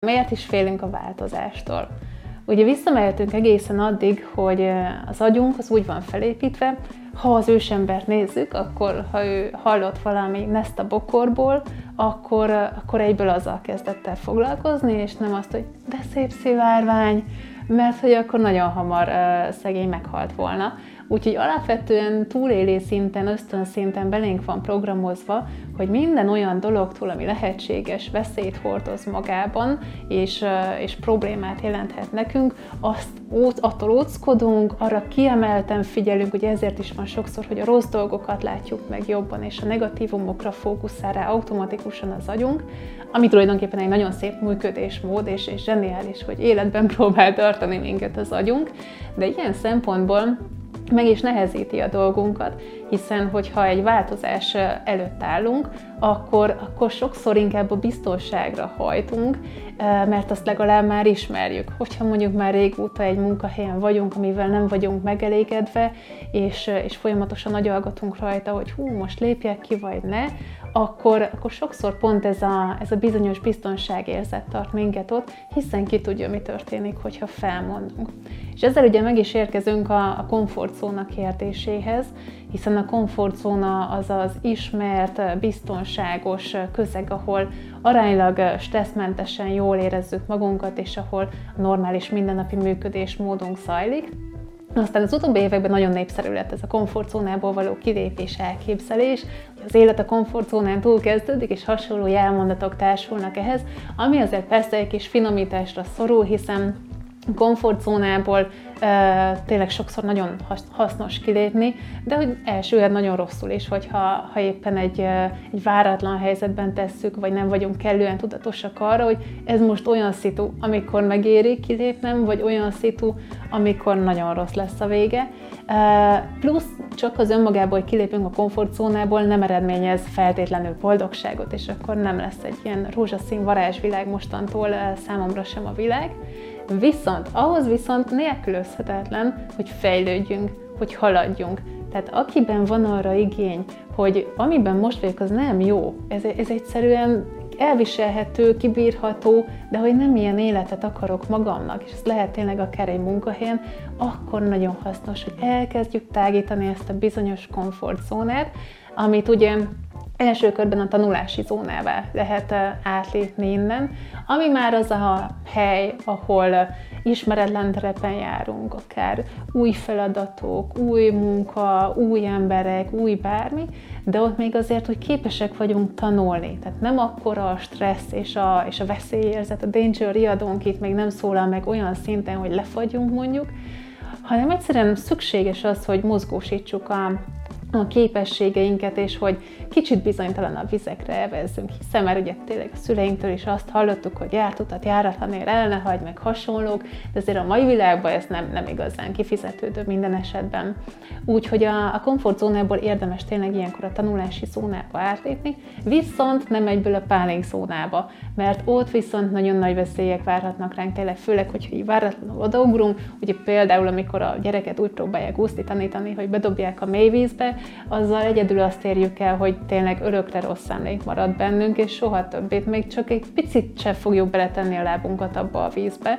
Miért is félünk a változástól? Ugye visszamehetünk egészen addig, hogy az agyunk az úgy van felépítve, ha az ősembert nézzük, akkor ha ő hallott valami neszt a bokorból, akkor egyből azzal kezdett el foglalkozni, és nem azt, hogy de szép szivárvány, mert hogy akkor nagyon hamar szegény meghalt volna. Úgyhogy alapvetően túlélő szinten, ösztönszinten belénk van programozva, hogy minden olyan dologtól, ami lehetséges, veszélyt hordoz magában, és problémát jelenthet nekünk, attól óckodunk, arra kiemelten figyelünk, ugye ezért is van sokszor, hogy a rossz dolgokat látjuk meg jobban, és a negatívumokra fókuszál rá automatikusan az agyunk, ami tulajdonképpen egy nagyon szép működésmód, és zseniális, hogy életben próbál tartani minket az agyunk, de ilyen szempontból meg is nehezíti a dolgunkat, hiszen hogyha egy változás előtt állunk, akkor sokszor inkább a biztonságra hajtunk, mert azt legalább már ismerjük. Hogyha mondjuk már régóta egy munkahelyen vagyunk, amivel nem vagyunk megelégedve, és folyamatosan agyalgatunk rajta, hogy most lépjek ki, vagy ne, akkor sokszor pont ez a bizonyos biztonságérzet tart minket ott, hiszen ki tudja, mi történik, hogyha felmondunk. És ezzel ugye meg is érkezünk a komfortzóna kérdéséhez, hiszen a komfortzóna az az ismert, biztonságos közeg, ahol aránylag stresszmentesen jól érezzük magunkat, és ahol a normális mindennapi működésmódunk zajlik. Aztán az utóbbi években nagyon népszerű lett ez a komfortzónából való kilépés, elképzelés, hogy az élet a komfortzónán túl kezdődik, és hasonló jelmondatok társulnak ehhez, ami azért persze egy kis finomításra szorul, hiszen komfortzónából tényleg sokszor nagyon hasznos kilépni, de hogy elsőre nagyon rosszul is, hogyha éppen egy váratlan helyzetben tesszük, vagy nem vagyunk kellően tudatosak arra, hogy ez most olyan szitu, amikor megéri kilépnem, vagy olyan szitu, amikor nagyon rossz lesz a vége. Plusz csak az önmagából, hogy kilépünk a komfortzónából, nem eredményez feltétlenül boldogságot, és akkor nem lesz egy ilyen rózsaszín varázsvilág mostantól számomra sem a világ. Ahhoz viszont nélkülözhetetlen, hogy fejlődjünk, hogy haladjunk. Tehát akiben van arra igény, hogy amiben most vagyok, az nem jó, ez egyszerűen elviselhető, kibírható, de hogy nem ilyen életet akarok magamnak, és ez lehet tényleg akár egy munkahelyen, akkor nagyon hasznos, hogy elkezdjük tágítani ezt a bizonyos komfortzónát, amit ugye első körben a tanulási zónává lehet átlépni innen, ami már az a hely, ahol ismeretlen terepen járunk, akár új feladatok, új munka, új emberek, új bármi, de ott még azért, hogy képesek vagyunk tanulni. Tehát nem akkora a stressz és a veszélyérzet, a danger riadónk itt még nem szólal meg olyan szinten, hogy lefagyjunk mondjuk, hanem egyszerűen szükséges az, hogy mozgósítsuk a képességeinket, és hogy kicsit bizonytalanabb vizekre elvezzünk, hiszen már ugye tényleg a szüleinktől is azt hallottuk, hogy járt utat járatlanért el ne hagyd, meg hasonlók, de azért a mai világban ez nem igazán kifizetődő minden esetben. Úgyhogy a komfortzónából érdemes tényleg ilyenkor a tanulási zónába átlépni, viszont nem egyből a pánikzónába, mert ott viszont nagyon nagy veszélyek várhatnak ránk, tényleg főleg, hogyha így váratlanul odaugrunk, ugye például amikor a gyereket úgy próbálják úszni tanítani, hogy bedobják a mélyvízbe, azzal egyedül azt érjük el, hogy tényleg örökre rossz emlék marad bennünk, és soha többét még csak egy picit sem fogjuk beletenni a lábunkat abba a vízbe,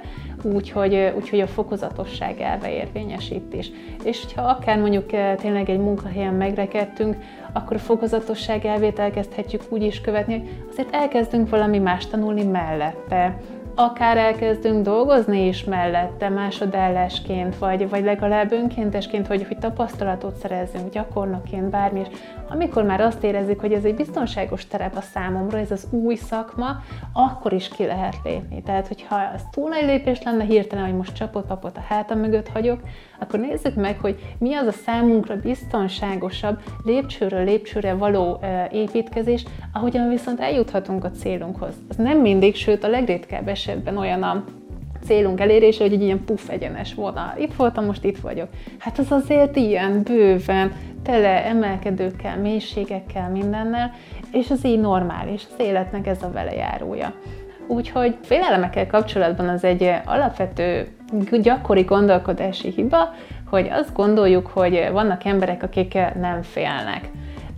úgyhogy a fokozatosság elve érvényes itt is. És ha akár mondjuk tényleg egy munkahelyen megrekedtünk, akkor a fokozatosság elvét elkezdhetjük úgy is követni, hogy azért elkezdünk valami más tanulni mellette. Akár elkezdünk dolgozni is mellette, másodállásként, vagy legalább önkéntesként, hogy tapasztalatot szerezzünk, gyakornokként, bármi. És amikor már azt érezzük, hogy ez egy biztonságos terep a számomra, ez az új szakma, akkor is ki lehet lépni. Tehát, hogyha ez túl nagy lépés lenne hirtelen, hogy most csapot-papot a hátam mögött hagyok, akkor nézzük meg, hogy mi az a számunkra biztonságosabb, lépcsőről lépcsőre való építkezés, ahogyan viszont eljuthatunk a célunkhoz. Az nem mindig, sőt a legritkább esetben olyan a célunk elérése, hogy egy ilyen puff egyenes vonal. Itt voltam, most itt vagyok. Hát az azért ilyen bőven, tele emelkedőkkel, mélységekkel, mindennel, és az így normális, az életnek ez a velejárója. Úgyhogy félelemekkel kapcsolatban az egy alapvető, gyakori gondolkodási hiba, hogy azt gondoljuk, hogy vannak emberek, akik nem félnek.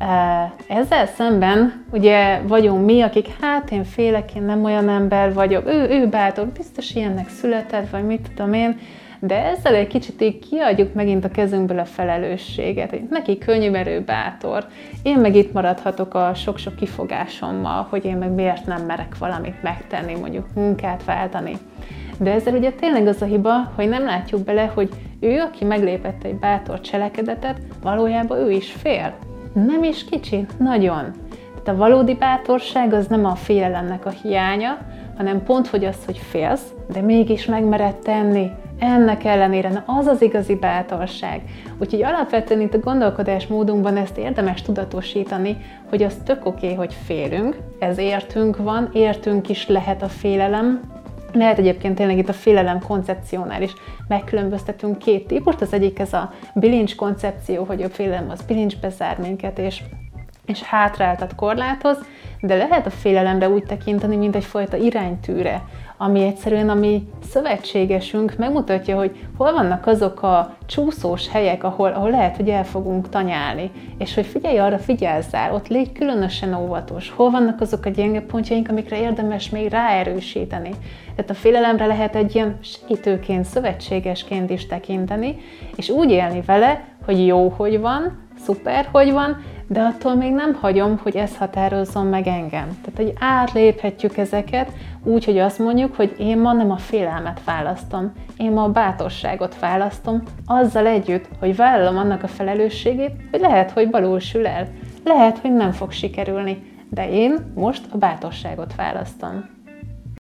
Ezzel szemben ugye vagyunk mi, akik hát én félek, én nem olyan ember vagyok, ő bátor, biztos ilyennek született, vagy mit tudom én, de ezzel egy kicsit így kiadjuk megint a kezünkből a felelősséget, hogy neki könnyű, mert ő bátor. Én meg itt maradhatok a sok-sok kifogásommal, hogy én meg miért nem merek valamit megtenni, mondjuk munkát váltani. De ezzel ugye tényleg az a hiba, hogy nem látjuk bele, hogy ő, aki meglépett egy bátor cselekedetet, valójában ő is fél. Nem is kicsi, nagyon. Tehát a valódi bátorság az nem a félelemnek a hiánya, hanem pont, hogy az, hogy félsz, de mégis megmered tenni. Ennek ellenére, na az az igazi bátorság. Úgyhogy alapvetően itt a gondolkodásmódunkban ezt érdemes tudatosítani, hogy az tök oké, hogy félünk, ez értünk van, értünk is lehet a félelem. Lehet egyébként tényleg itt a félelem koncepciónál is megkülönböztetünk két típust. Az egyik ez a bilincs koncepció, hogy a félelem az bilincsbe zár minket, és hátráltat, korlátoz, de lehet a félelemre úgy tekinteni, mint egyfajta iránytűre, ami egyszerűen a mi szövetségesünk megmutatja, hogy hol vannak azok a csúszós helyek, ahol lehet, hogy el fogunk tanyálni, és hogy figyelj arra, figyelzzál, ott légy különösen óvatos, hol vannak azok a gyenge pontjaink, amikre érdemes még ráerősíteni. Tehát a félelemre lehet egy ilyen segítőként, szövetségesként is tekinteni, és úgy élni vele, hogy jó, hogy van, szuper, hogy van, de attól még nem hagyom, hogy ez határozzon meg engem. Tehát, hogy átléphetjük ezeket úgy, hogy azt mondjuk, hogy én ma nem a félelmet választom, én ma a bátorságot választom, azzal együtt, hogy vállalom annak a felelősségét, hogy lehet, hogy balul el, lehet, hogy nem fog sikerülni, de én most a bátorságot választom.